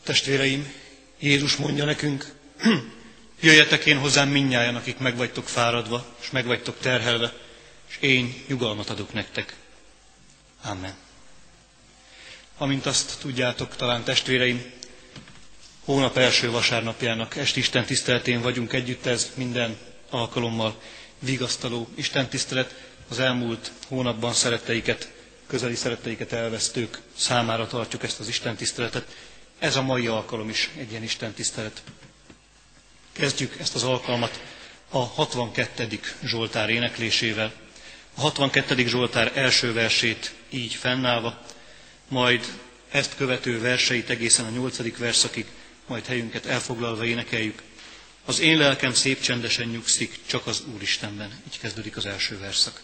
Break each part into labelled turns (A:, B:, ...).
A: Testvéreim, Jézus mondja nekünk, jöjjetek én hozzám mindnyájan, akik meg vagytok fáradva, és meg vagytok terhelve, és én nyugalmat adok nektek. Amen. Amint azt tudjátok, talán testvéreim, hónap első vasárnapjának esti istentiszteletén vagyunk együtt, ez minden alkalommal vigasztaló istentisztelet, az elmúlt hónapban közeli szeretteiket elvesztők számára tartjuk ezt az istentiszteletet. Ez a mai alkalom is egy ilyen istentisztelet. Kezdjük ezt az alkalmat a 62. Zsoltár éneklésével. A 62. Zsoltár első versét így fennállva, majd ezt követő verseit egészen a 8. verszakig, majd helyünket elfoglalva énekeljük. Az én lelkem szép csendesen nyugszik, csak az Úristenben. Így kezdődik az első verszak.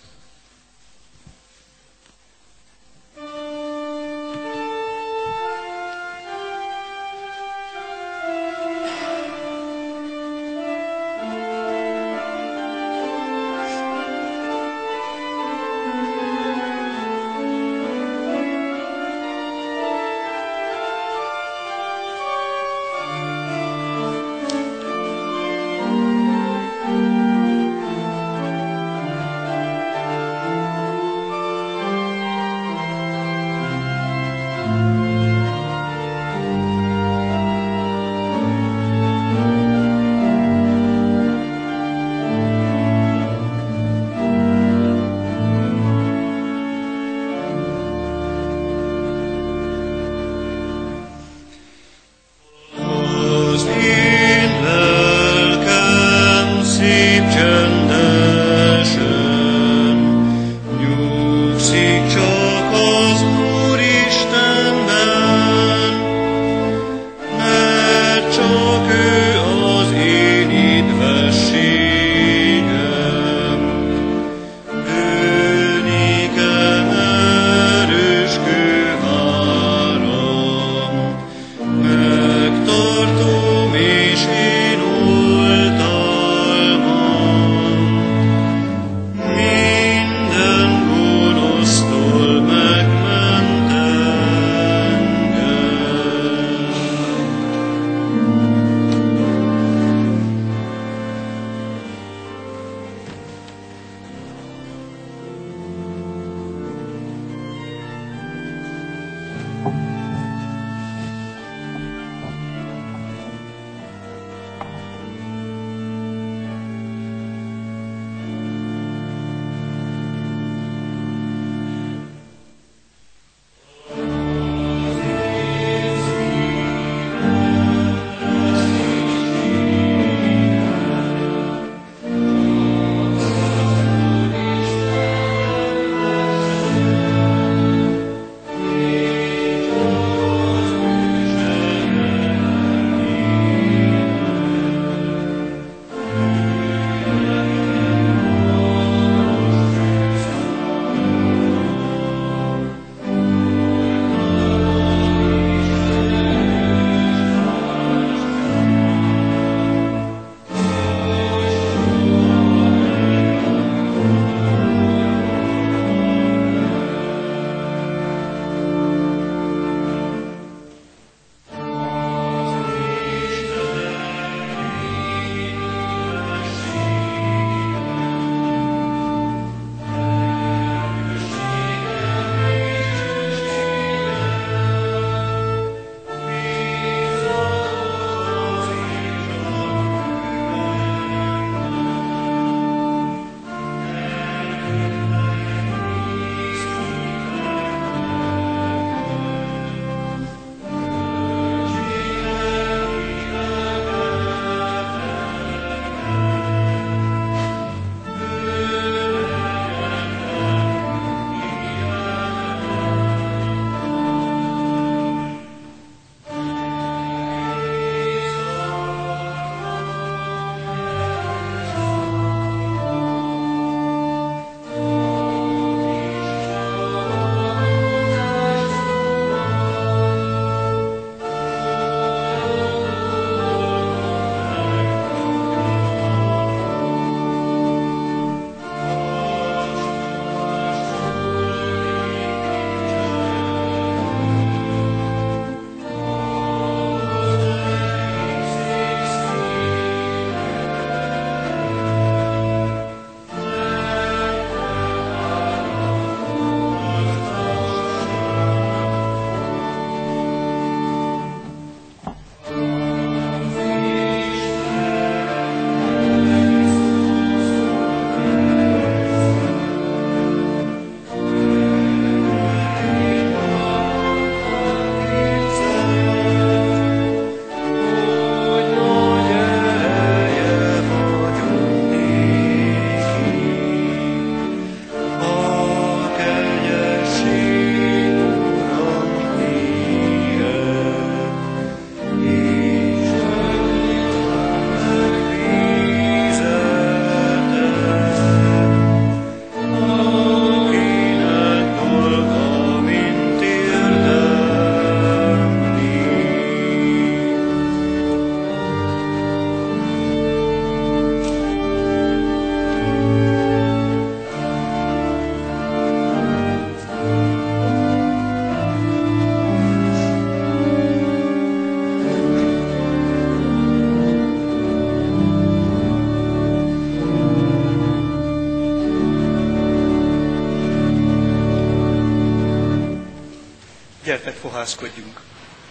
A: Gyertek, fohászkodjunk!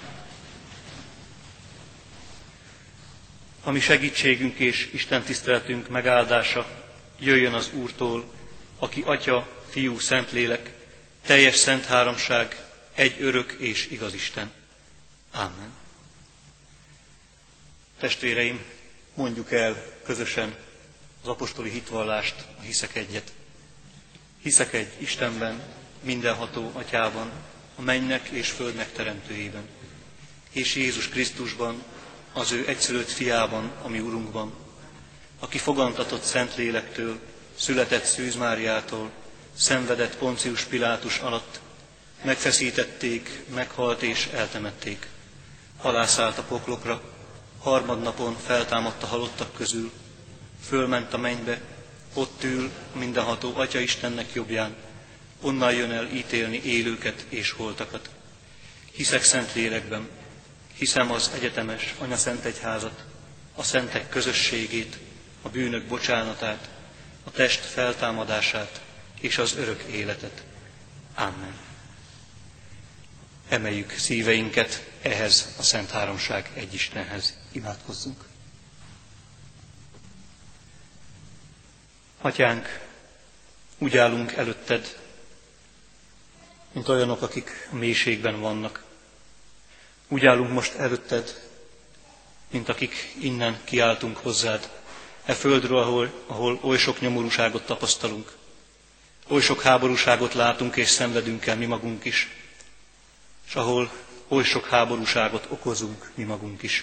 A: A mi segítségünk és Isten tiszteletünk megáldása jöjjön az Úrtól, aki Atya, Fiú, Szentlélek, teljes szent háromság, egy örök és igaz Isten. Ámen. Testvéreim, mondjuk el közösen az apostoli hitvallást, a hiszek egyet. Hiszek egy Istenben, mindenható Atyában, a mennynek és földnek teremtőjében, és Jézus Krisztusban, az ő egyszülött fiában, a mi Urunkban, aki fogantatott Szentlélektől, született Szűz Máriától, szenvedett Poncius Pilátus alatt, megfeszítették, meghalt és eltemették. Alászállt a poklokra, harmadnapon feltámadt a halottak közül, fölment a mennybe, ott ül mindenható Atya Istennek jobbján, onnan jön el ítélni élőket és holtakat. Hiszek Szentlélekben, hiszem az egyetemes Anyaszent Egyházat, a szentek közösségét, a bűnök bocsánatát, a test feltámadását és az örök életet. Amen. Emeljük szíveinket ehhez a Szent Háromság egy Istenhez. Imádkozzunk. Atyánk, úgy állunk előtted, mint olyanok, akik a mélységben vannak. Úgy állunk most előtted, mint akik innen kiáltunk hozzád, e földről, ahol oly sok nyomorúságot tapasztalunk, oly sok háborúságot látunk és szenvedünk el mi magunk is, és ahol oly sok háborúságot okozunk mi magunk is.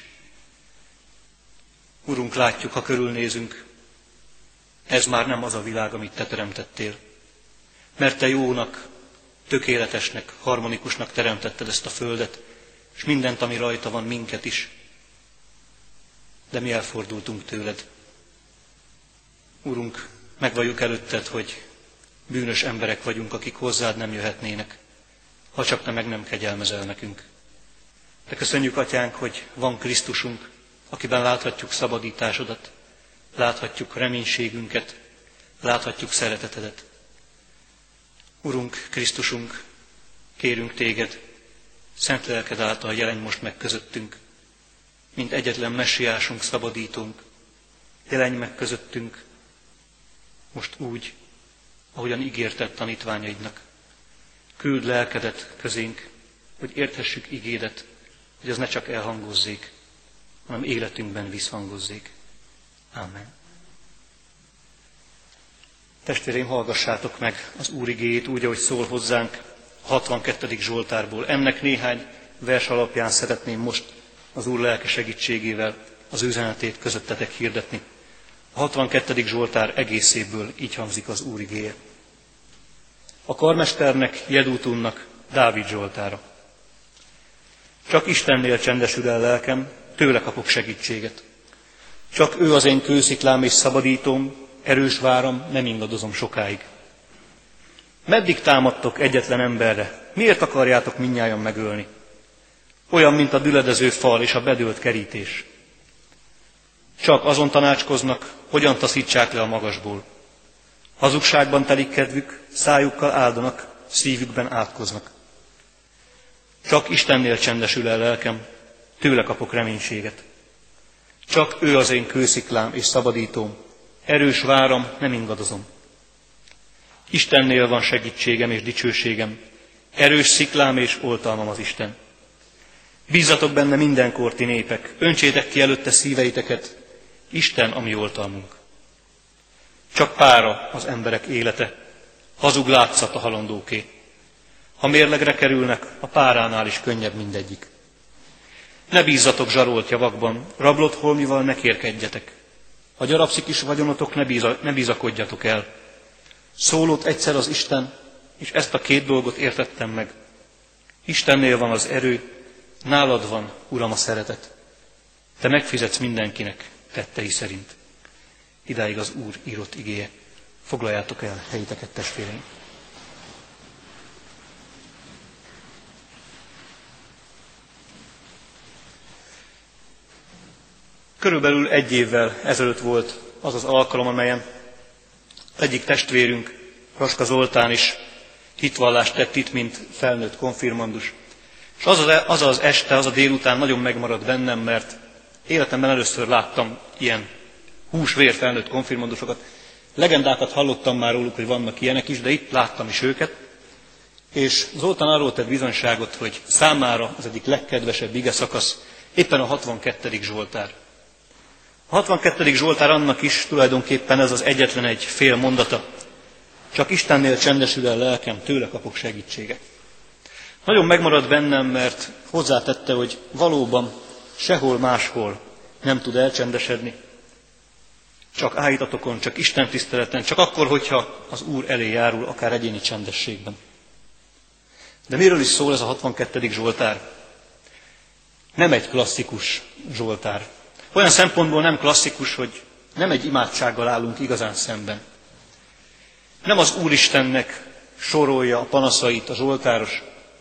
A: Urunk, látjuk, ha körülnézünk, ez már nem az a világ, amit te teremtettél. Mert te jónak, tökéletesnek, harmonikusnak teremtetted ezt a földet, és mindent, ami rajta van, minket is. De mi elfordultunk tőled. Urunk, megvalljuk előtted, hogy bűnös emberek vagyunk, akik hozzád nem jöhetnének, ha csak te meg nem kegyelmezel nekünk. De köszönjük, Atyánk, hogy van Krisztusunk, akiben láthatjuk szabadításodat, láthatjuk reménységünket, láthatjuk szeretetedet. Urunk, Krisztusunk, kérünk téged, szent lelked által jelenj most meg közöttünk, mint egyetlen messiásunk, szabadítónk. Jelenj meg közöttünk, most úgy, ahogyan ígérted tanítványaidnak. Küld lelkedet közénk, hogy érthessük igédet, hogy az ne csak elhangozzék, hanem életünkben visszhangozzék. Amen. Testvéreim, hallgassátok meg az Úr igéjét úgy, ahogy szól hozzánk a 62. Zsoltárból. Ennek néhány vers alapján szeretném most az Úr lelke segítségével az üzenetét közöttetek hirdetni. A 62. Zsoltár egészéből így hangzik az Úr igéje. A karmesternek, Jedútunnak Dávid zsoltára. Csak Istennél csendesül el lelkem, tőle kapok segítséget. Csak ő az én kősziklám és szabadítóm, erős váram, nem ingadozom sokáig. Meddig támadtok egyetlen emberre? Miért akarjátok mindnyájan megölni? Olyan, mint a düledező fal és a bedőlt kerítés. Csak azon tanácskoznak, hogyan taszítsák le a magasból. Hazugságban telik kedvük, szájukkal áldanak, szívükben átkoznak. Csak Istennél csendesül el lelkem, tőle kapok reménységet. Csak ő az én kősziklám és szabadítóm, erős váram, nem ingadozom. Istennél van segítségem és dicsőségem, erős sziklám és oltalmam az Isten. Bízzatok benne mindenkor, ti népek, öntsétek ki előtte szíveiteket, Isten a mi oltalmunk. Csak pára az emberek élete, hazug látszat a halandóké. Ha mérlegre kerülnek, a páránál is könnyebb mindegyik. Ne bízzatok zsarolt javakban, rablott holmival ne kérkedjetek. Ha gyarapszik is vagyonotok, ne bízakodjatok el. Szólott egyszer az Isten, és ezt a két dolgot értettem meg. Istennél van az erő, nálad van, Uram, a szeretet. Te megfizetsz mindenkinek tettei szerint. Idáig az Úr írott igéje. Foglaljátok el helyiteket, testvéreim. Körülbelül 1 évvel ezelőtt volt az az alkalom, amelyen egyik testvérünk, Raska Zoltán is hitvallást tett itt, mint felnőtt konfirmandus. És az az este, az a délután nagyon megmaradt bennem, mert életemben először láttam ilyen hús-vér felnőtt konfirmandusokat. Legendákat hallottam már róluk, hogy vannak ilyenek is, de itt láttam is őket. És Zoltán arról tett bizonyságot, hogy számára az egyik legkedvesebb ige szakasz éppen a 62. Zsoltár. A 62. Zsoltár annak is tulajdonképpen ez az egyetlen egy fél mondata. Csak Istennél csendesül el lelkem, tőle kapok segítséget. Nagyon megmaradt bennem, mert hozzátette, hogy valóban sehol máshol nem tud elcsendesedni. Csak áhítatokon, csak Isten tiszteleten, csak akkor, hogyha az Úr elé járul, akár egyéni csendességben. De miről is szól ez a 62. Zsoltár? Nem egy klasszikus Zsoltár. Olyan szempontból nem klasszikus, hogy nem egy imádsággal állunk igazán szemben. Nem az Úristennek sorolja a panaszait a zsoltáros,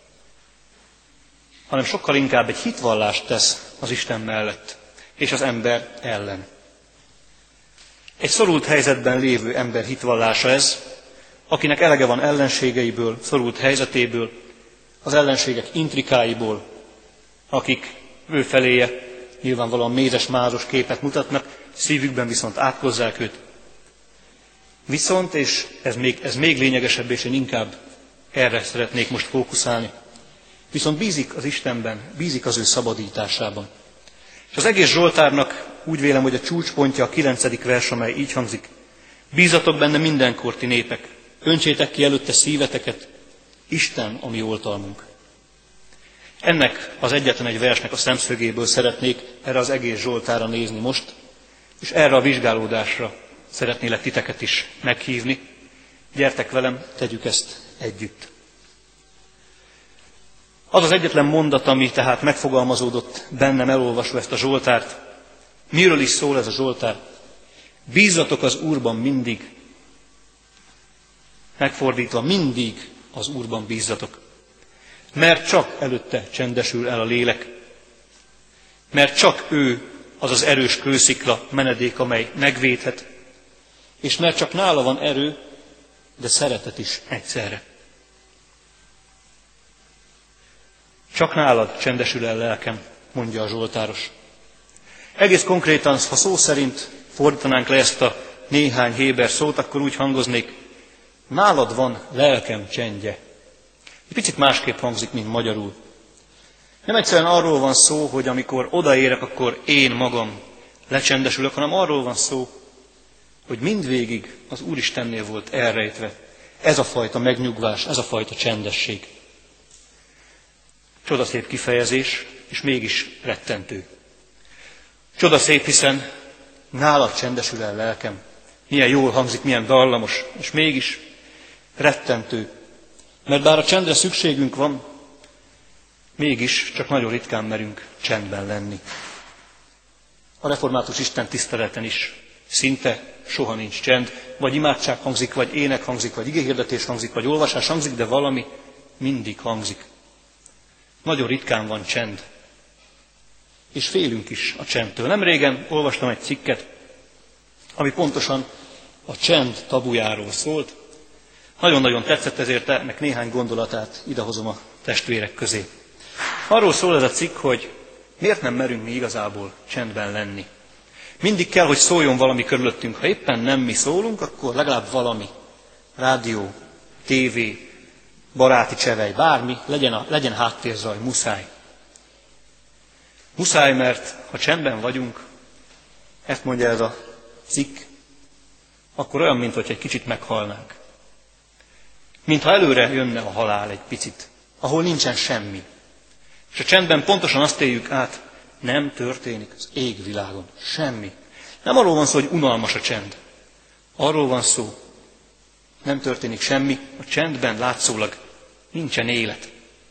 A: hanem sokkal inkább egy hitvallást tesz az Isten mellett és az ember ellen. Egy szorult helyzetben lévő ember hitvallása ez, akinek elege van ellenségeiből, szorult helyzetéből, az ellenségek intrikáiból, akik ő feléje nyilvánvalóan mézes-mázos képet mutatnak, szívükben viszont átkozzák őt. Viszont, és ez még lényegesebb, és én inkább erre szeretnék most fókuszálni, viszont bízik az Istenben, bízik az ő szabadításában. És az egész Zsoltárnak úgy vélem, hogy a csúcspontja a 9. vers, amely így hangzik. Bízatok benne mindenkor, ti népek, öntsétek ki előtte szíveteket, Isten a mi oltalmunk. Ennek az egyetlen egy versnek a szemszögéből szeretnék erre az egész Zsoltárra nézni most, és erre a vizsgálódásra szeretnélek titeket is meghívni. Gyertek velem, tegyük ezt együtt. Az az egyetlen mondat, ami tehát megfogalmazódott bennem elolvasva ezt a Zsoltárt. Miről is szól ez a Zsoltár? Bízzatok az Úrban mindig. Megfordítva, mindig az Úrban bízzatok. Mert csak előtte csendesül el a lélek. Mert csak ő az az erős kőszikla, menedék, amely megvédhet. És mert csak nála van erő, de szeretet is egyszerre. Csak nálad csendesül el lelkem, mondja a zsoltáros. Egész konkrétan, ha szó szerint fordítanánk le ezt a néhány héber szót, akkor úgy hangoznék, nálad van lelkem csendje. Egy picit másképp hangzik, mint magyarul. Nem egyszerűen arról van szó, hogy amikor odaérek, akkor én magam lecsendesülök, hanem arról van szó, hogy mindvégig az Úristennél volt elrejtve ez a fajta megnyugvás, ez a fajta csendesség. Csodaszép kifejezés, és mégis rettentő. Csodaszép, hiszen nálad csendesül el lelkem. Milyen jól hangzik, milyen dallamos, és mégis rettentő. Mert bár a csendre szükségünk van, mégis csak nagyon ritkán merünk csendben lenni. A református Isten tiszteleten is szinte soha nincs csend, vagy imádság hangzik, vagy ének hangzik, vagy igéhirdetés hangzik, vagy olvasás hangzik, de valami mindig hangzik. Nagyon ritkán van csend. És félünk is a csendtől. Nem régen olvastam egy cikket, ami pontosan a csend tabujáról szólt. Nagyon-nagyon tetszett, ezért ennek néhány gondolatát idehozom a testvérek közé. Arról szól ez a cikk, hogy miért nem merünk mi igazából csendben lenni. Mindig kell, hogy szóljon valami körülöttünk. Ha éppen nem mi szólunk, akkor legalább valami. Rádió, tévé, baráti csevej, bármi, legyen háttérzaj, muszáj. Muszáj, mert ha csendben vagyunk, ezt mondja ez a cikk, akkor olyan, mintha egy kicsit meghalnánk. Mintha előre jönne a halál egy picit, ahol nincsen semmi. És a csendben pontosan azt éljük át, nem történik az égvilágon semmi. Nem arról van szó, hogy unalmas a csend. Arról van szó, nem történik semmi, a csendben látszólag nincsen élet.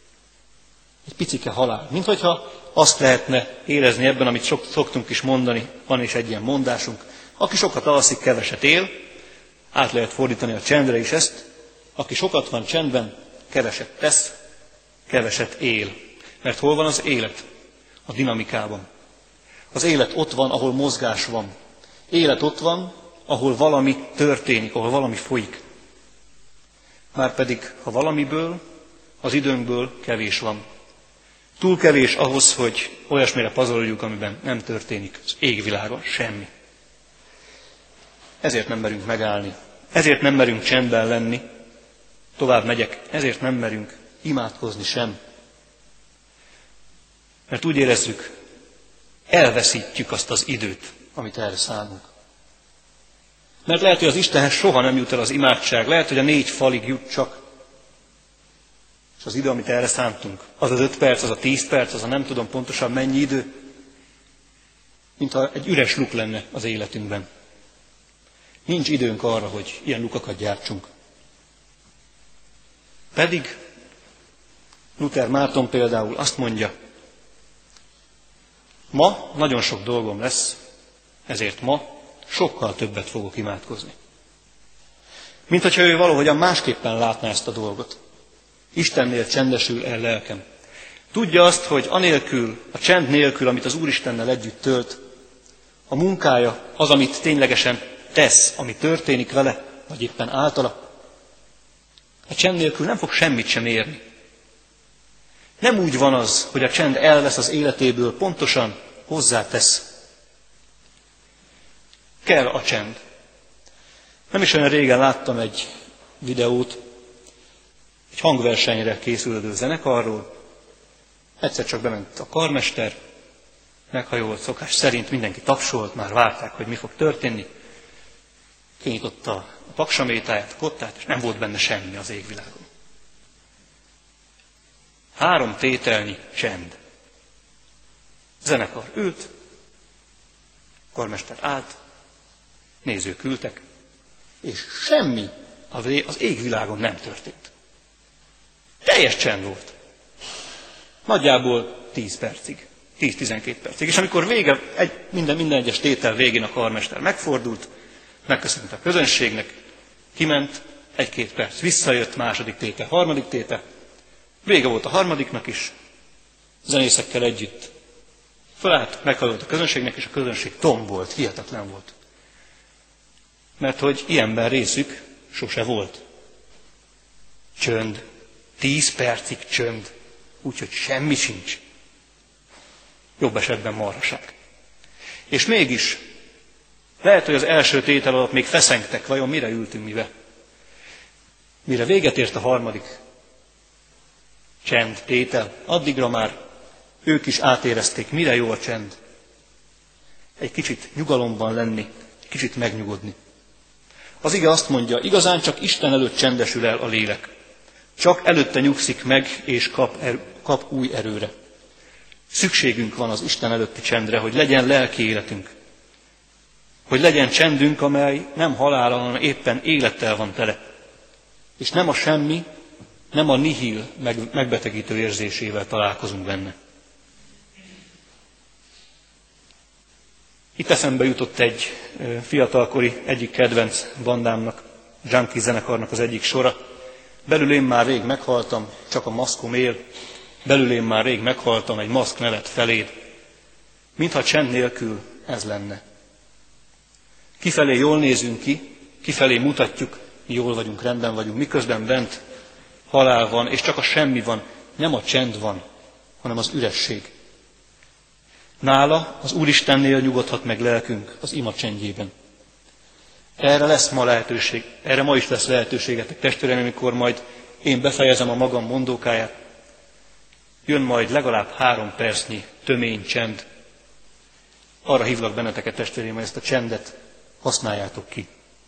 A: Egy picike halál. Mint hogyha azt lehetne érezni ebben, amit szoktunk is mondani, van is egy ilyen mondásunk. Aki sokat alszik, keveset él, át lehet fordítani a csendre is ezt. Aki sokat van csendben, keveset tesz, keveset él. Mert hol van az élet? A dinamikában. Az élet ott van, ahol mozgás van. Élet ott van, ahol valami történik, ahol valami folyik. Márpedig, ha valamiből, az időnkből kevés van. Túl kevés ahhoz, hogy olyasmire pazaroljuk, amiben nem történik az égvilágon semmi. Ezért nem merünk megállni, ezért nem merünk csendben lenni, tovább megyek, ezért nem merünk imádkozni sem. Mert úgy érezzük, elveszítjük azt az időt, amit erre szánunk. Mert lehet, hogy az Istenhez soha nem jut el az imádság, lehet, hogy a 4 falig jut csak. És az idő, amit erre szántunk, az 5 perc, az a 10 perc, az a nem tudom pontosan mennyi idő, mintha egy üres luk lenne az életünkben. Nincs időnk arra, hogy ilyen lukakat gyártsunk. Pedig Luther Márton például azt mondja, ma nagyon sok dolgom lesz, ezért ma sokkal többet fogok imádkozni. Mint hogyha ő valahogyan másképpen látná ezt a dolgot. Istennél csendesül el lelkem. Tudja azt, hogy anélkül, a csend nélkül, amit az Úristennel együtt tölt, a munkája az, amit ténylegesen tesz, ami történik vele, vagy éppen általa, a csend nélkül nem fog semmit sem érni. Nem úgy van az, hogy a csend elvesz az életéből, pontosan hozzátesz. Kell a csend. Nem is olyan régen láttam egy videót, egy hangversenyre készülődő zenekarról. Egyszer csak bement a karmester, meghajolt szokás szerint, mindenki tapsolt, már várták, hogy mi fog történni. Kinyitotta a paksamétáját, a kottát, és nem volt benne semmi az égvilágon. 3 tételnyi csend. Zenekar ült, karmester állt, nézők ültek, és semmi az égvilágon nem történt. Teljes csend volt. Nagyjából 10 percig, 10-12 percig. És amikor vége, minden egyes tétel végén a karmester megfordult, megköszönte a közönségnek, kiment, 1-2 perc, visszajött, második tétel, harmadik tétel, vége volt a harmadiknak is, zenészekkel együtt. Fölállt, meghallolt a közönségnek, és a közönség tombolt, hihetetlen volt. Mert hogy ilyenben részük sose volt. Csönd. 10 percig csönd. Úgyhogy semmi sincs. Jobb esetben marhaság. És mégis, lehet, hogy az első tétel alatt még feszengtek, vajon mire ültünk mibe? Mire véget ért a harmadik csend, tétel, addigra már ők is átérezték, mire jó a csend. Egy kicsit nyugalomban lenni, egy kicsit megnyugodni. Az ige azt mondja, igazán csak Isten előtt csendesül el a lélek. Csak előtte nyugszik meg, és kap új erőre. Szükségünk van az Isten előtti csendre, hogy legyen lelki életünk. Hogy legyen csendünk, amely nem halállal, hanem éppen élettel van tele. És nem a semmi, nem a nihil megbetegítő érzésével találkozunk benne. Itt eszembe jutott egy fiatalkori egyik kedvenc bandámnak, Junkie zenekarnak az egyik sora. Belül én már rég meghaltam, csak a maszkom él. Belül én már rég meghaltam, egy maszk nevet feléd. Mintha csend nélkül ez lenne. Kifelé jól nézünk ki, kifelé mutatjuk, mi jól vagyunk, rendben vagyunk, miközben bent halál van, és csak a semmi van, nem a csend van, hanem az üresség. Nála, az Úristennél nyugodhat meg lelkünk az ima csendjében. Erre lesz ma lehetőség, erre ma is lesz lehetőségetek, testvéreim, amikor majd én befejezem a magam mondókáját. Jön majd legalább 3 percnyi tömény csend. Arra hívlak benneteket, testvéreim, hogy ezt a csendet használjátok ki.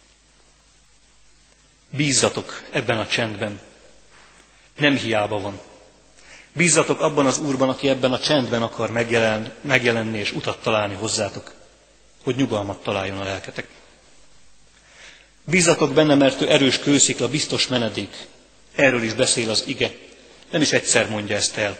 A: Bízzatok ebben a csendben. Nem hiába van. Bízzatok abban az Úrban, aki ebben a csendben akar megjelenni és utat találni hozzátok, hogy nyugalmat találjon a lelketek. Bízzatok benne, mert ő erős kőszikla, biztos menedék. Erről is beszél az ige. Nem is egyszer mondja ezt el.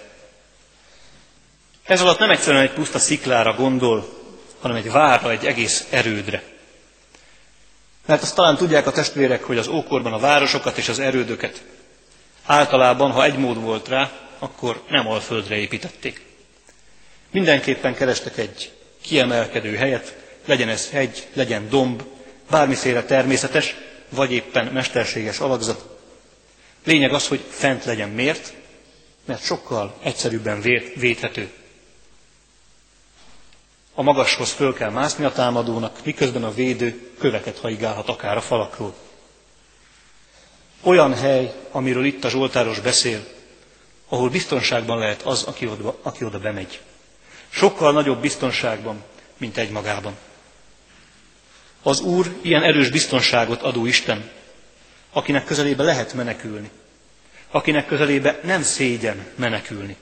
A: Ez alatt nem egyszerűen egy puszta sziklára gondol, hanem egy várra, egy egész erődre. Mert azt talán tudják a testvérek, hogy az ókorban a városokat és az erődöket általában, ha egy mód volt rá, akkor nem alföldre építették. Mindenképpen kerestek egy kiemelkedő helyet, legyen ez hegy, legyen domb, bármiféle természetes, vagy éppen mesterséges alakzat. Lényeg az, hogy fent legyen. Miért? mert sokkal egyszerűbben védhető. A magashoz föl kell mászni a támadónak, miközben a védő köveket haigálhat akár a falakról. Olyan hely, amiről itt a zsoltáros beszél, ahol biztonságban lehet az, aki oda bemegy. Sokkal nagyobb biztonságban, mint egymagában. Az Úr ilyen erős biztonságot adó Isten, akinek közelébe lehet menekülni, akinek közelébe nem szégyen menekülni.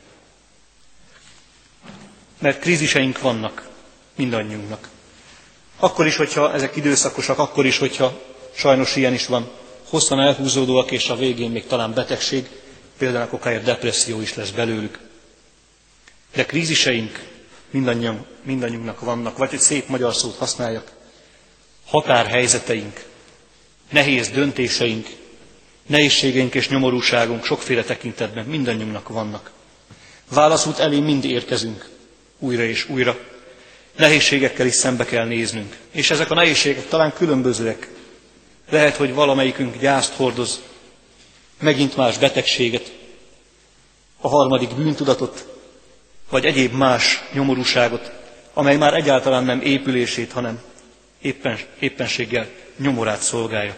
A: Mert kríziseink vannak mindannyiunknak. Akkor is, hogyha ezek időszakosak, akkor is, hogyha sajnos ilyen is van, hosszan elhúzódóak, és a végén még talán betegség, például okáért depresszió is lesz belőlük. De kríziseink mindannyiunknak vannak, vagy hogy szép magyar szót használjak, határhelyzeteink, nehéz döntéseink, nehézségeink és nyomorúságunk sokféle tekintetben mindannyiunknak vannak. Válaszút elé mind érkezünk, újra és újra. Nehézségekkel is szembe kell néznünk. És ezek a nehézségek talán különbözőek. Lehet, hogy valamelyikünk gyászt hordoz, megint más betegséget, a harmadik bűntudatot, vagy egyéb más nyomorúságot, amely már egyáltalán nem épülését, hanem éppenséggel nyomorát szolgálja.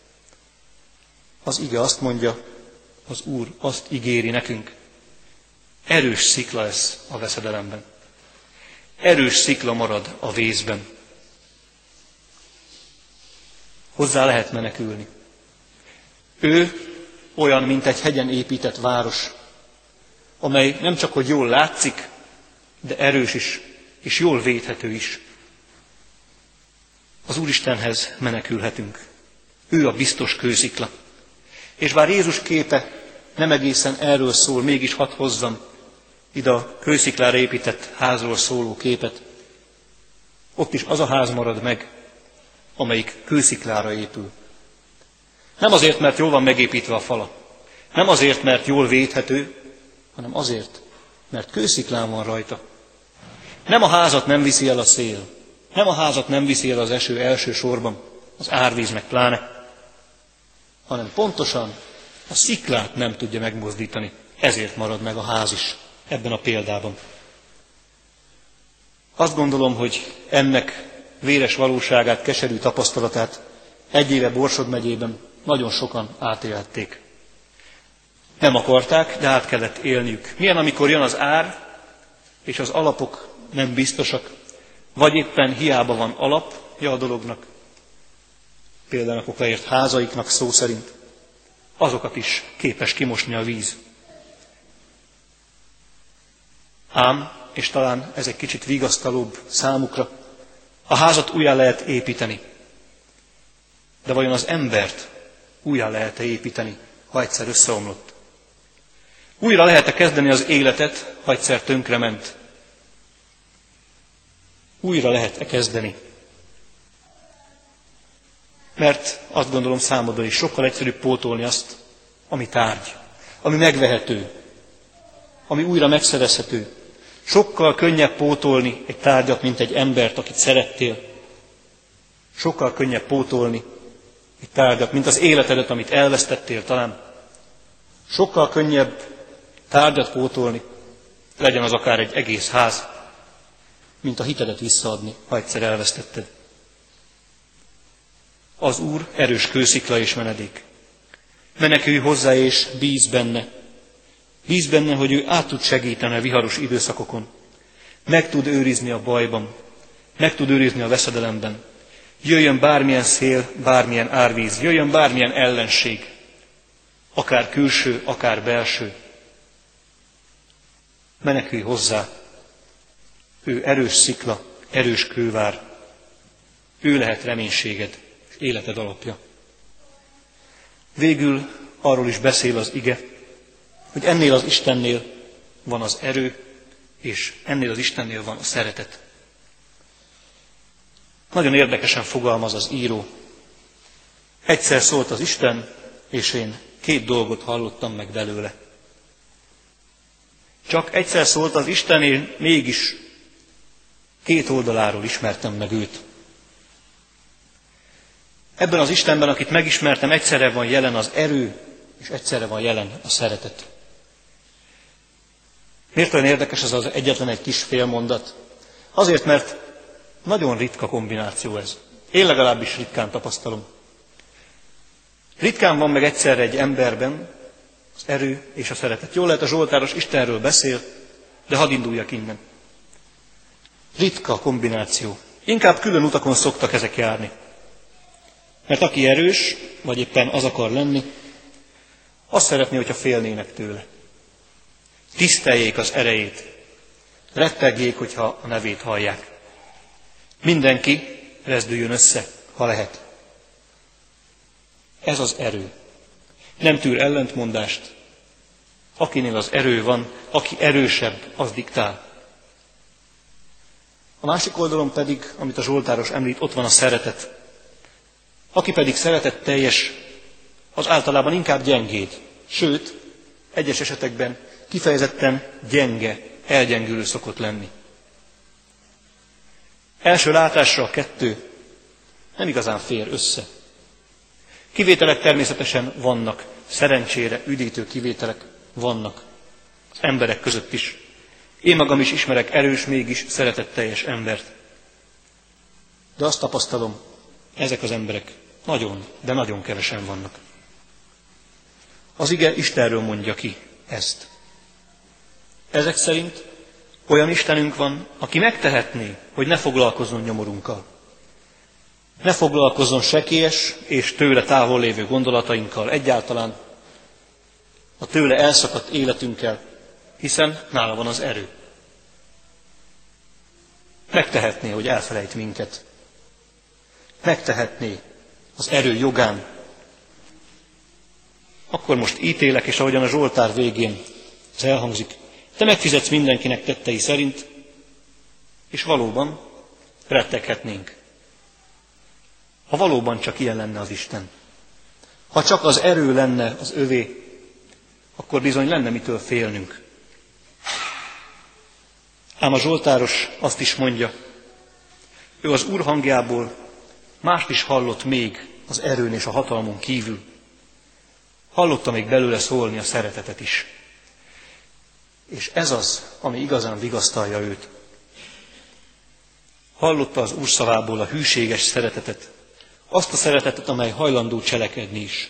A: Az ige azt mondja, az Úr azt ígéri nekünk, erős szikla lesz a veszedelemben. Erős szikla marad a vészben. Hozzá lehet menekülni. Ő olyan, mint egy hegyen épített város, amely nem csak hogy jól látszik, de erős is, és jól védhető is. Az Úristenhez menekülhetünk. Ő a biztos kőszikla. És bár Jézus képe nem egészen erről szól, mégis hadd hozzam ide a kősziklára épített házról szóló képet. Ott is az a ház marad meg, amelyik kősziklára épül. Nem azért, mert jól van megépítve a fala, nem azért, mert jól védhető, hanem azért, mert kősziklán van rajta. Nem a házat nem viszi el a szél, nem a házat nem viszi el az eső elsősorban, az árvíz meg pláne, hanem pontosan a sziklát nem tudja megmozdítani, ezért marad meg a ház is ebben a példában. Azt gondolom, hogy ennek véres valóságát, keserű tapasztalatát egy éve Borsod megyében nagyon sokan átélhették. Nem akarták, de át kellett élniük. Milyen, amikor jön az ár, és az alapok nem biztosak, vagy éppen hiába van alapja a dolognak, például a kokaért házaiknak szó szerint, azokat is képes kimosni a víz. Ám, és talán ez egy kicsit vigasztalóbb számukra, a házat újjá lehet építeni. De vajon az embert újjá lehet-e építeni, ha egyszer összeomlott? Újra lehet-e kezdeni az életet, ha egyszer tönkrement? Újra lehet-e kezdeni? Mert azt gondolom számodra is sokkal egyszerűbb pótolni azt, ami tárgy, ami megvehető, ami újra megszerezhető. Sokkal könnyebb pótolni egy tárgyat, mint egy embert, akit szerettél. Sokkal könnyebb pótolni egy tárgyat, mint az életedet, amit elvesztettél talán. Sokkal könnyebb tárgyat pótolni, legyen az akár egy egész ház, mint a hitedet visszaadni, ha egyszer elvesztetted. Az Úr erős kőszikla és menedék. Menekülj hozzá és bíz benne. Bíz benne, hogy ő át tud segíteni a viharos időszakokon. Meg tud őrizni a bajban. Meg tud őrizni a veszedelemben. Jöjjön bármilyen szél, bármilyen árvíz, jöjjön bármilyen ellenség. Akár külső, akár belső. Menekülj hozzá. Ő erős szikla, erős kővár. Ő lehet reménységed, és életed alapja. Végül arról is beszél az ige, hogy ennél az Istennél van az erő, és ennél az Istennél van a szeretet. Nagyon érdekesen fogalmaz az író. Egyszer szólt az Isten, és én 2 dolgot hallottam meg belőle. Csak egyszer szólt az Isten, én mégis 2 oldaláról ismertem meg őt. Ebben az Istenben, akit megismertem, egyszerre van jelen az erő, és egyszerre van jelen a szeretet. Miért olyan érdekes ez az egyetlen egy kis félmondat? Azért, mert nagyon ritka kombináció ez. Én legalábbis ritkán tapasztalom. Ritkán van meg egyszerre egy emberben az erő és a szeretet. Jól lehet, a zsoltáros Istenről beszél, de hadd induljak innen. Ritka kombináció. Inkább külön utakon szoktak ezek járni. Mert aki erős, vagy éppen az akar lenni, azt szeretné, hogyha félnének tőle. Tiszteljék az erejét. Rettegjék, hogyha a nevét hallják. Mindenki rezdüljön össze, ha lehet. Ez az erő. Nem tűr ellentmondást. Akinél az erő van, aki erősebb, az diktál. A másik oldalon pedig, amit a zsoltáros említ, ott van a szeretet. Aki pedig szeretetteljes, az általában inkább gyengéd. Sőt, egyes esetekben kifejezetten gyenge, elgyengülő szokott lenni. Első látásra a kettő nem igazán fér össze. Kivételek természetesen vannak, szerencsére üdítő kivételek vannak az emberek között is. Én magam is ismerek erős, mégis szeretetteljes embert. De azt tapasztalom, ezek az emberek nagyon, de nagyon kevesen vannak. Az ige Istenről mondja ki ezt. Ezek szerint olyan Istenünk van, aki megtehetné, hogy ne foglalkozzon nyomorunkkal. Ne foglalkozzon sekélyes és tőle távol lévő gondolatainkkal, egyáltalán a tőle elszakadt életünkkel, hiszen nála van az erő. Megtehetné, hogy elfelejt minket. Megtehetné az erő jogán. Akkor most ítélek, és ahogyan a Zsoltár végén ez elhangzik, te megfizetsz mindenkinek tettei szerint, és valóban retteghetnénk. Ha valóban csak ilyen lenne az Isten. Ha csak az erő lenne az övé, akkor bizony lenne mitől félnünk. Ám a zsoltáros azt is mondja, ő az Úr hangjából mást is hallott még az erőn és a hatalmon kívül. Hallotta még belőle szólni a szeretetet is. És ez az, ami igazán vigasztalja őt. Hallotta az Úr szavából a hűséges szeretetet, azt a szeretetet, amely hajlandó cselekedni is.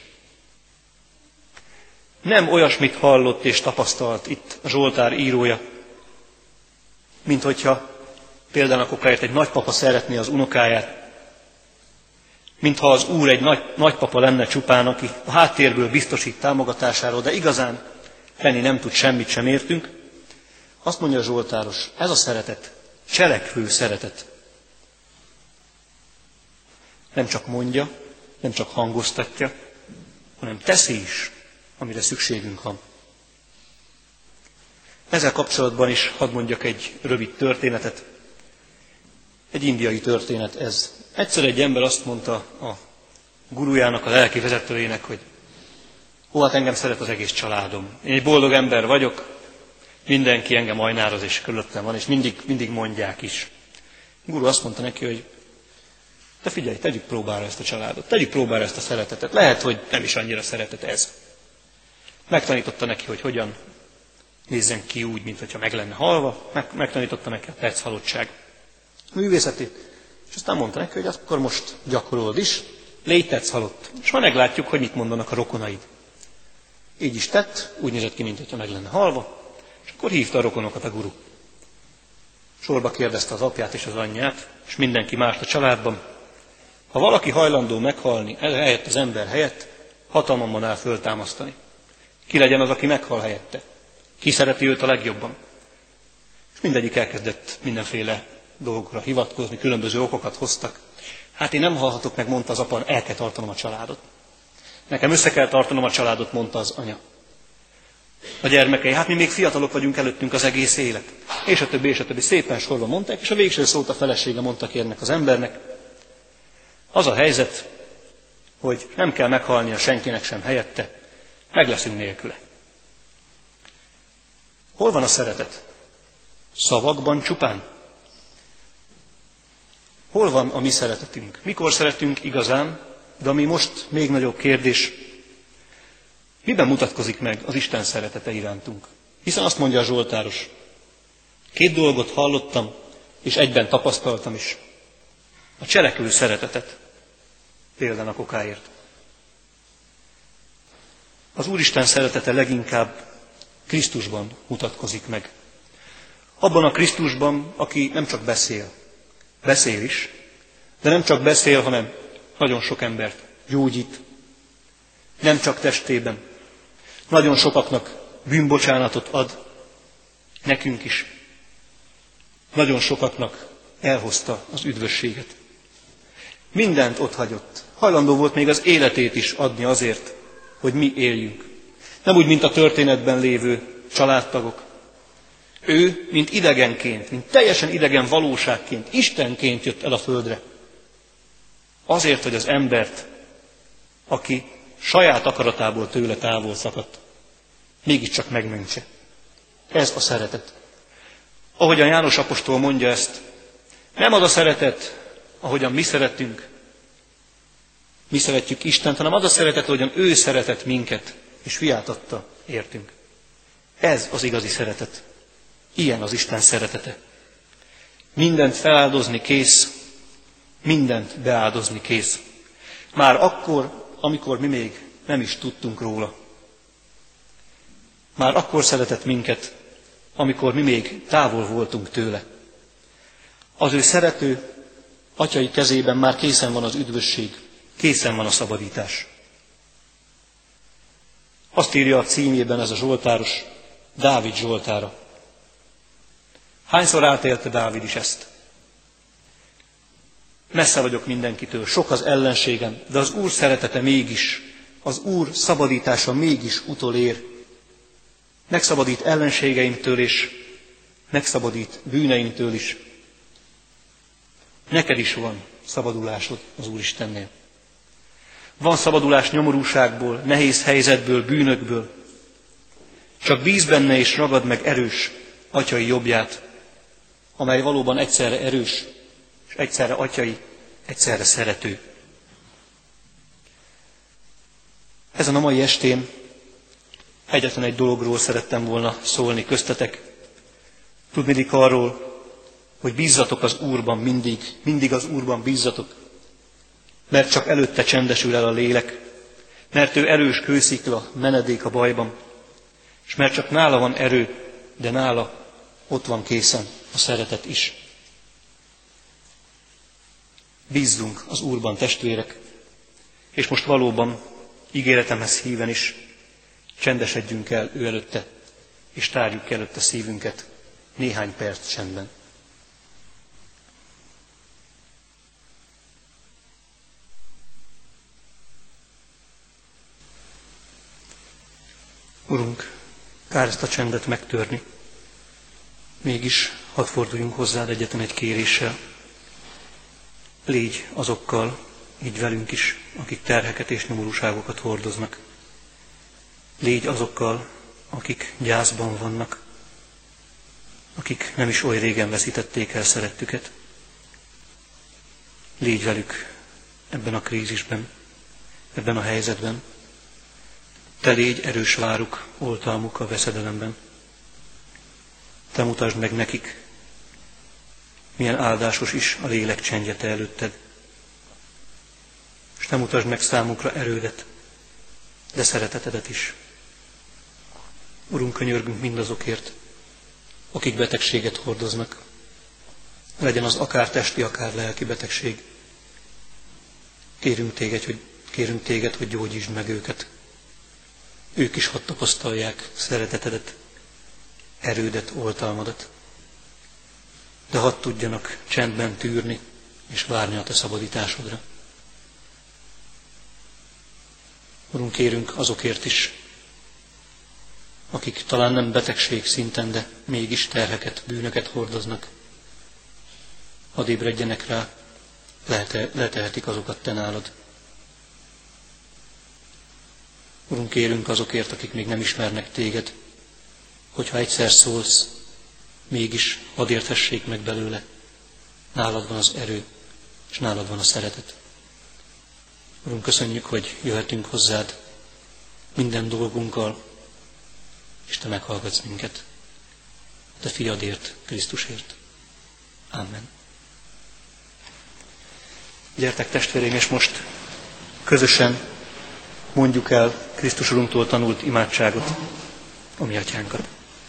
A: Nem olyasmit hallott és tapasztalt itt a Zsoltár írója, mint hogyha például okáért egy nagypapa szeretné az unokáját, mintha az Úr egy nagypapa lenne csupán, aki a háttérből biztosít támogatásáról, de igazán tenni nem tud semmit sem értünk. Azt mondja a zsoltáros, ez a szeretet, cselekvő szeretet. Nem csak mondja, nem csak hangoztatja, hanem teszi is, amire szükségünk van. Ezzel kapcsolatban is hadd mondjak egy rövid történetet. Egy indiai történet ez. Egyszer egy ember azt mondta a gurujának, a lelki vezetőjének, hogy hát engem szeret az egész családom. Én egy boldog ember vagyok, mindenki engem ajnároz és körülöttem van, és mindig mondják is. A guru azt mondta neki, hogy te figyelj, tegyük próbára ezt a családot, tegyük próbára ezt a szeretetet. Lehet, hogy nem is annyira szeretet ez. Megtanította neki, hogy hogyan nézzen ki úgy, mintha meg lenne halva, megtanította neki a perchalottság művészetét, és aztán mondta neki, hogy akkor most gyakorold is, légy tetsz halott, és már meglátjuk, hogy mit mondanak a rokonaid. Így is tett, úgy nézett ki, mintha meg lenne halva, és akkor hívta a rokonokat a guru. Sorba kérdezte az apját és az anyját, és mindenki mást a családban. Ha valaki hajlandó meghalni helyett az ember helyett, hatalmamban áll föltámasztani. Ki legyen az, aki meghal helyette? Ki szereti őt a legjobban? És mindegyik elkezdett mindenféle dolgokra hivatkozni, különböző okokat hoztak. Hát én nem halhatok meg, mondta az apa, el kell tartanom a családot. Nekem össze kell tartanom a családot, mondta az anya. A gyermekei, hát mi még fiatalok vagyunk, előttünk az egész élet. És a többi, szépen sorba mondták, és a végső szót a felesége mondta kérnek az embernek. Az a helyzet, hogy nem kell meghalnia senkinek sem helyette, meg leszünk nélküle. Hol van a szeretet? Szavakban csupán? Hol van a mi szeretetünk? Mikor szeretünk igazán? De ami most még nagyobb kérdés, miben mutatkozik meg az Isten szeretete irántunk? Hiszen azt mondja a zsoltáros, 2 dolgot hallottam, és egyben tapasztaltam is. A cselekvő szeretetet, példának okáért. Az Úristen szeretete leginkább Krisztusban mutatkozik meg. Abban a Krisztusban, aki nem csak beszél is, de nem csak beszél, hanem nagyon sok embert gyógyít, nem csak testében. Nagyon sokaknak bűnbocsánatot ad, nekünk is. Nagyon sokaknak elhozta az üdvösséget. Mindent otthagyott. Hajlandó volt még az életét is adni azért, hogy mi éljünk. Nem úgy, mint a történetben lévő családtagok. Ő, mint idegenként, mint teljesen idegen valóságként, Istenként jött el a földre. Azért, hogy az embert, aki saját akaratából tőle távol szakadt, mégiscsak megmentse. Ez a szeretet. Ahogyan János apostol mondja ezt, nem az a szeretet, ahogyan mi szeretünk, mi szeretjük Istent, hanem az a szeretet, ahogyan ő szeretett minket, és fiát adta értünk. Ez az igazi szeretet. Ilyen az Isten szeretete. Mindent feláldozni kész, mindent beáldozni kész. Már akkor, amikor mi még nem is tudtunk róla. Már akkor szeretett minket, amikor mi még távol voltunk tőle. Az ő szerető atyai kezében már készen van az üdvösség, készen van a szabadítás. Azt írja a címében ez a zsoltáros, Dávid zsoltára. Hányszor átélte Dávid is ezt? Messze vagyok mindenkitől, sok az ellenségem, de az Úr szeretete mégis, az Úr szabadítása mégis utolér. Megszabadít ellenségeimtől és megszabadít bűneimtől is. Neked is van szabadulásod az Úristennél. Van szabadulás nyomorúságból, nehéz helyzetből, bűnökből. Csak bíz benne és ragad meg erős atyai jobbját, amely valóban egyszerre erős, és egyszerre atyai, egyszerre szerető. Ezen a mai estén egyetlen egy dologról szerettem volna szólni köztetek. Tudniillik arról, hogy bízzatok az Úrban mindig az Úrban bízzatok, mert csak előtte csendesül el a lélek, mert ő erős kőszikla, menedék a bajban, és mert csak nála van erő, de nála ott van készen a szeretet is. Bízzunk az Úrban, testvérek, és most valóban ígéretemhez híven is csendesedjünk el ő előtte, és tárjuk előtte szívünket néhány perc csendben. Urunk, kár ezt a csendet megtörni, mégis hadd forduljunk hozzád egyetlen egy kéréssel. Légy azokkal, így velünk is, akik terheket és nyomorúságokat hordoznak. Légy azokkal, akik gyászban vannak, akik nem is oly régen veszítették el szerettüket. Légy velük ebben a krízisben, ebben a helyzetben. Te légy erős váruk, oltalmuk a veszedelemben. Te mutasd meg nekik, milyen áldásos is a lélek csendje te előtted. És te mutasd meg számukra erődet, de szeretetedet is. Urunk, könyörgünk mindazokért, akik betegséget hordoznak. Legyen az akár testi, akár lelki betegség. Kérünk téged, hogy gyógyítsd meg őket. Ők is hadd tapasztalják szeretetedet, erődet, oltalmadat. De hadd tudjanak csendben tűrni és várni a te szabadításodra. Urunk, kérünk azokért is, akik talán nem betegség szinten, de mégis terheket, bűnöket hordoznak. Hadd ébredjenek rá, letehetik azokat te nálad. Urunk, kérünk azokért, akik még nem ismernek téged, hogyha egyszer szólsz, mégis hadd érthessék meg belőle. Nálad van az erő, és nálad van a szeretet. Urunk, köszönjük, hogy jöhetünk hozzád minden dolgunkkal, és Te meghallgatsz minket. Te fiadért, Krisztusért. Amen. Gyertek testvéreim, és most közösen mondjuk el Krisztus Urunktól tanult imádságot, a mi atyánkat.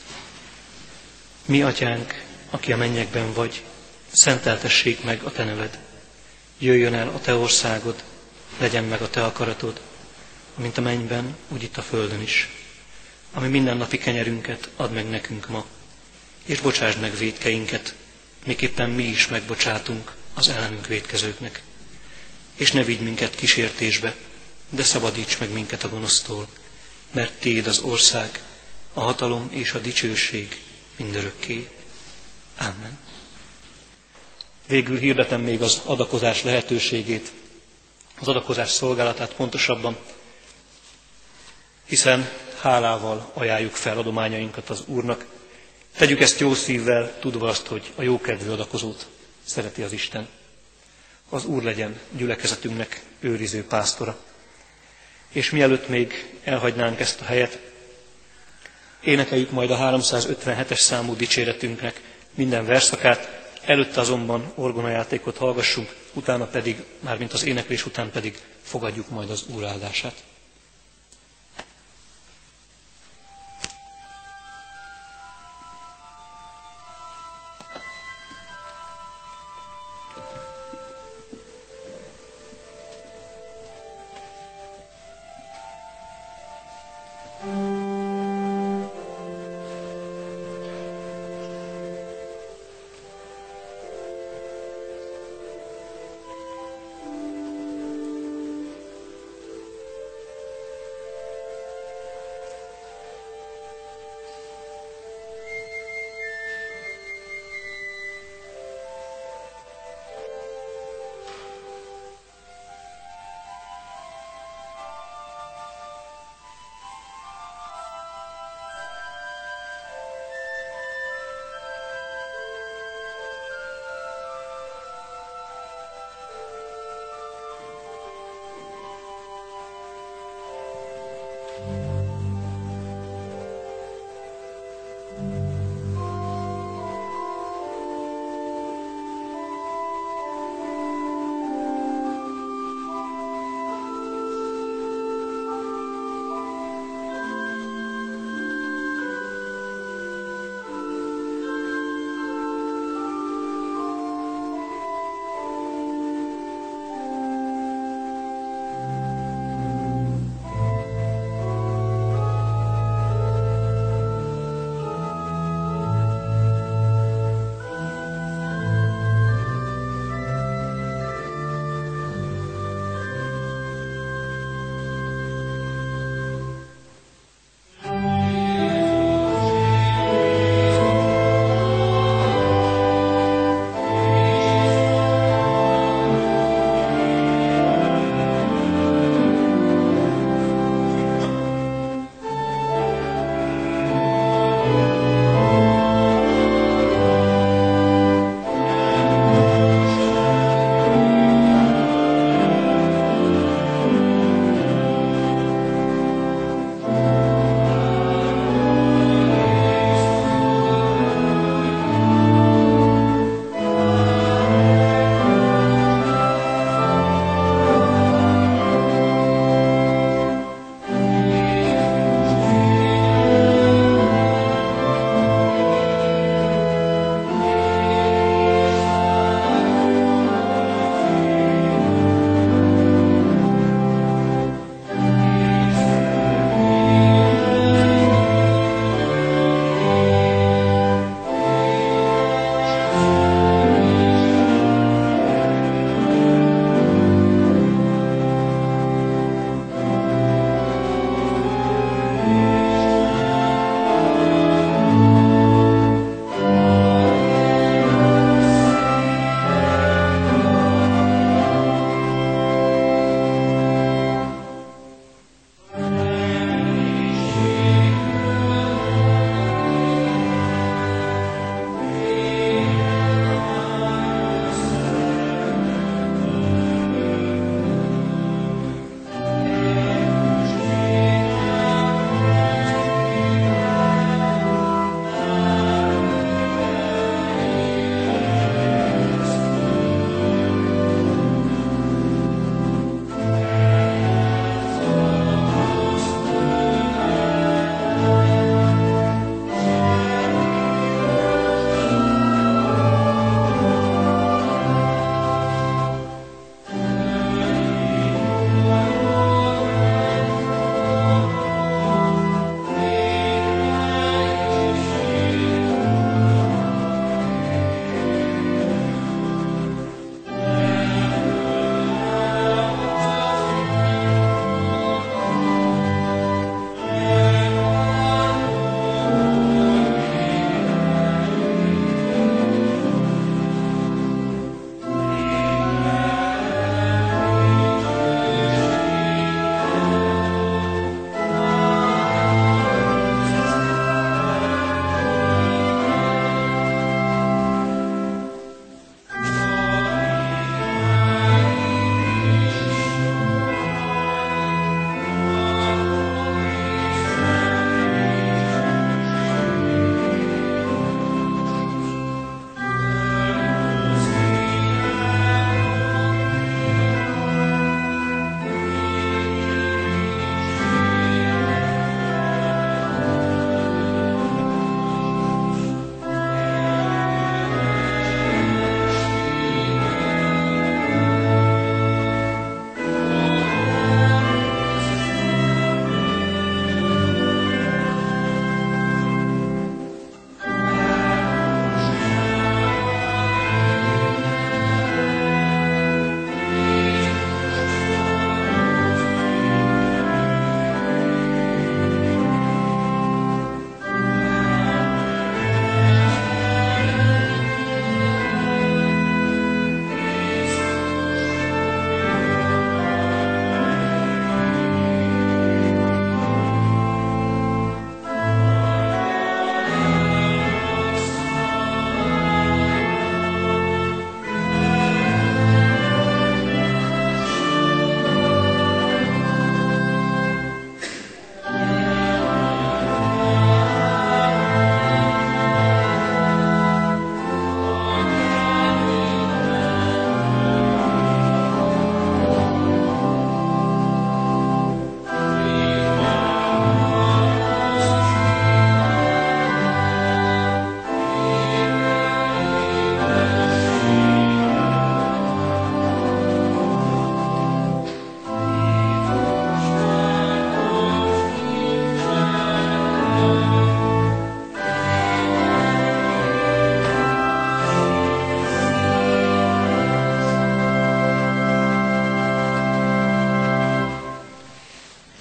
A: Mi atyánk, aki a mennyekben vagy, szenteltessék meg a Te neved. Jöjjön el a Te országod, legyen meg a Te akaratod, amint a mennyben, úgy itt a földön is. Ami mindennapi kenyerünket add meg nekünk ma, és bocsásd meg vétkeinket, miképpen mi is megbocsátunk az ellenünk vétkezőknek. És ne vigy minket kísértésbe, de szabadíts meg minket a gonosztól, mert Tiéd az ország, a hatalom és a dicsőség mindörökké. Amen. Végül hirdetem még az adakozás lehetőségét, az adakozás szolgálatát pontosabban, hiszen hálával ajánljuk fel adományainkat az Úrnak. Tegyük ezt jó szívvel, tudva azt, hogy a jókedvű adakozót szereti az Isten. Az Úr legyen gyülekezetünknek őriző pásztora. És mielőtt még elhagynánk ezt a helyet, énekeljük majd a 357-es számú dicséretünknek minden verszakát, előtte azonban orgonajátékot hallgassunk, utána pedig, mármint az éneklés után pedig fogadjuk majd az Úr áldását.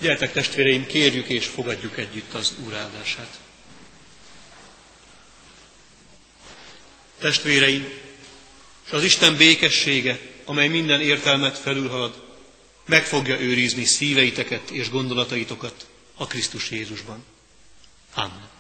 A: Gyertek testvéreim, kérjük és fogadjuk együtt az Úr áldását. Testvéreim, és az Isten békessége, amely minden értelmet felülhalad, meg fogja őrizni szíveiteket és gondolataitokat a Krisztus Jézusban. Amen.